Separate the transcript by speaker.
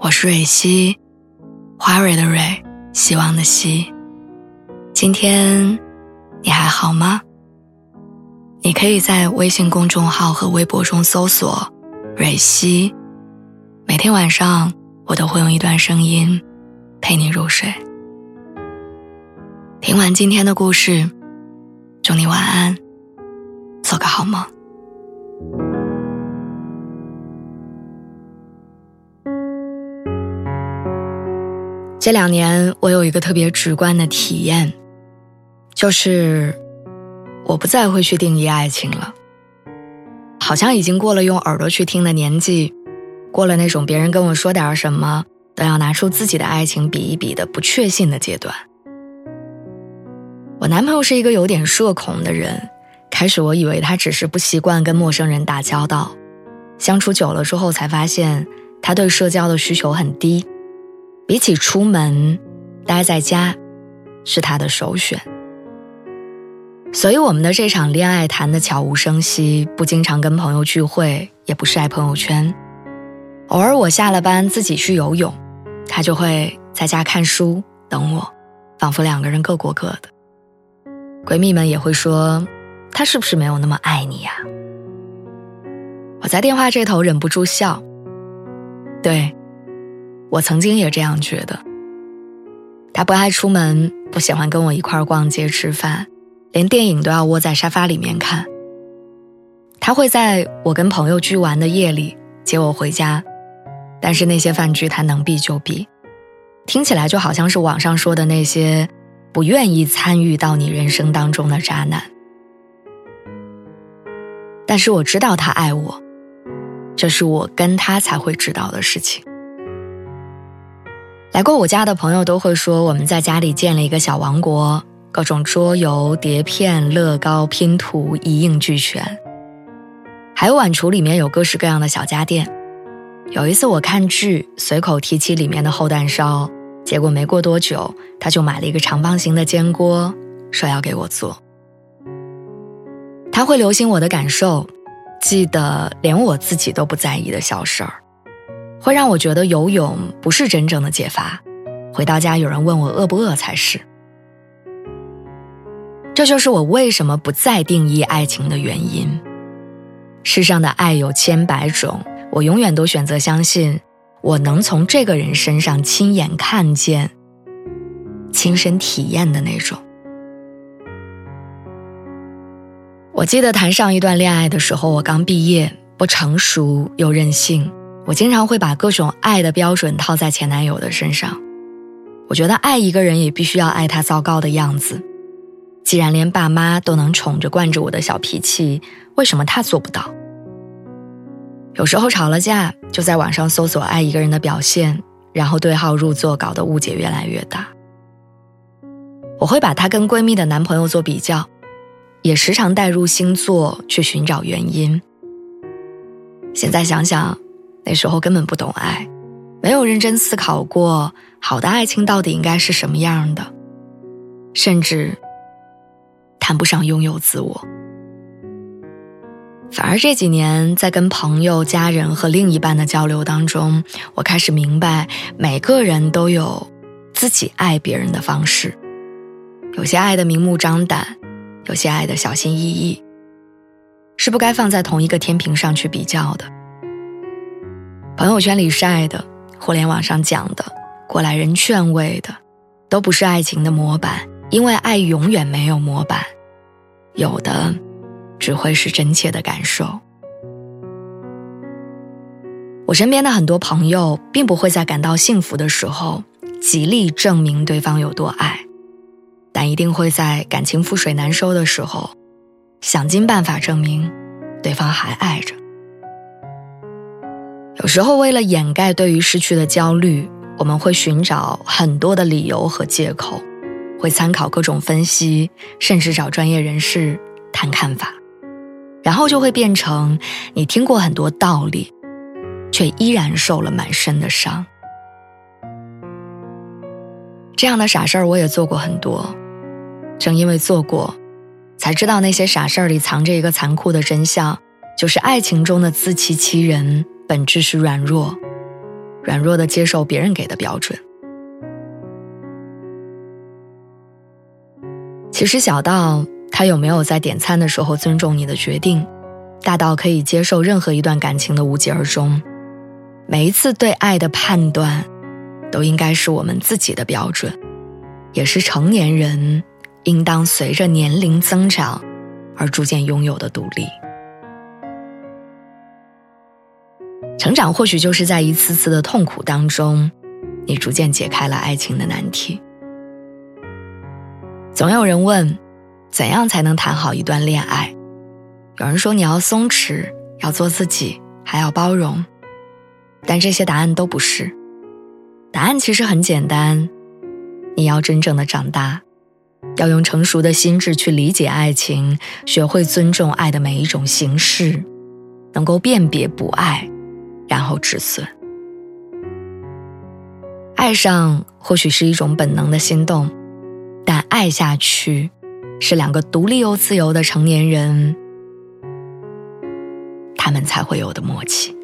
Speaker 1: 我是蕊希，花蕊的蕊，希望的希。今天你还好吗？你可以在微信公众号和微博中搜索蕊希，每天晚上我都会用一段声音陪你入睡。听完今天的故事，祝你晚安，做个好梦。这2年我有一个特别直观的体验，就是我不再会去定义爱情了。好像已经过了用耳朵去听的年纪，过了那种别人跟我说点什么都要拿出自己的爱情比一比的不确信的阶段。我男朋友是一个有点社恐的人，开始我以为他只是不习惯跟陌生人打交道，相处久了之后才发现他对社交的需求很低，比起出门，待在家是他的首选。所以我们的这场恋爱谈得悄无声息，不经常跟朋友聚会，也不晒朋友圈。偶尔我下了班自己去游泳，他就会在家看书等我，仿佛2个人各过各的。闺蜜们也会说，他是不是没有那么爱你呀？我在电话这头忍不住笑，对，我曾经也这样觉得。他不爱出门，不喜欢跟我一块逛街吃饭，连电影都要窝在沙发里面看。他会在我跟朋友聚完的夜里接我回家，但是那些饭局他能避就避，听起来就好像是网上说的那些不愿意参与到你人生当中的渣男。但是我知道他爱我，这是我跟他才会知道的事情。来过我家的朋友都会说，我们在家里建了一个小王国，各种桌游、碟片、乐高、拼图一应俱全，还有碗橱里面有各式各样的小家电。有一次我看剧随口提起里面的厚蛋烧，结果没过多久他就买了一个长方形的煎锅，说要给我做。他会留心我的感受，记得连我自己都不在意的小事儿，会让我觉得游泳不是真正的解乏，回到家有人问我饿不饿才是。这就是我为什么不再定义爱情的原因。世上的爱有千百种，我永远都选择相信我能从这个人身上亲眼看见、亲身体验的那种。我记得谈上一段恋爱的时候，我刚毕业，不成熟又任性，我经常会把各种爱的标准套在前男友的身上。我觉得爱一个人也必须要爱他糟糕的样子，既然连爸妈都能宠着惯着我的小脾气，为什么他做不到？有时候吵了架，就在网上搜索爱一个人的表现，然后对号入座，搞得误解越来越大。我会把他跟闺蜜的男朋友做比较，也时常带入星座去寻找原因。现在想想，那时候根本不懂爱，没有认真思考过好的爱情到底应该是什么样的，甚至谈不上拥有自我。反而这几年在跟朋友、家人和另一半的交流当中，我开始明白每个人都有自己爱别人的方式，有些爱的明目张胆，有些爱的小心翼翼，是不该放在同一个天平上去比较的。朋友圈里晒的，互联网上讲的，过来人劝慰的，都不是爱情的模板，因为爱永远没有模板，有的只会是真切的感受。我身边的很多朋友并不会在感到幸福的时候极力证明对方有多爱，但一定会在感情覆水难收的时候想尽办法证明对方还爱着。有时候为了掩盖对于失去的焦虑，我们会寻找很多的理由和借口，会参考各种分析，甚至找专业人士谈看法，然后就会变成你听过很多道理，却依然受了满身的伤。这样的傻事儿我也做过很多，正因为做过，才知道那些傻事儿里藏着一个残酷的真相，就是爱情中的自欺欺人本质是软弱， 软弱地接受别人给的标准。其实小到他有没有在点餐的时候尊重你的决定，大到可以接受任何一段感情的无疾而终，每一次对爱的判断都应该是我们自己的标准，也是成年人应当随着年龄增长而逐渐拥有的独立。成长或许就是在一次次的痛苦当中，你逐渐解开了爱情的难题。总有人问，怎样才能谈好一段恋爱？有人说你要松弛，要做自己，还要包容。但这些答案都不是。答案其实很简单，你要真正的长大，要用成熟的心智去理解爱情，学会尊重爱的每一种形式，能够辨别不爱，然后止损。爱上或许是一种本能的心动，但爱下去是两个独立又自由的成年人，他们才会有的默契。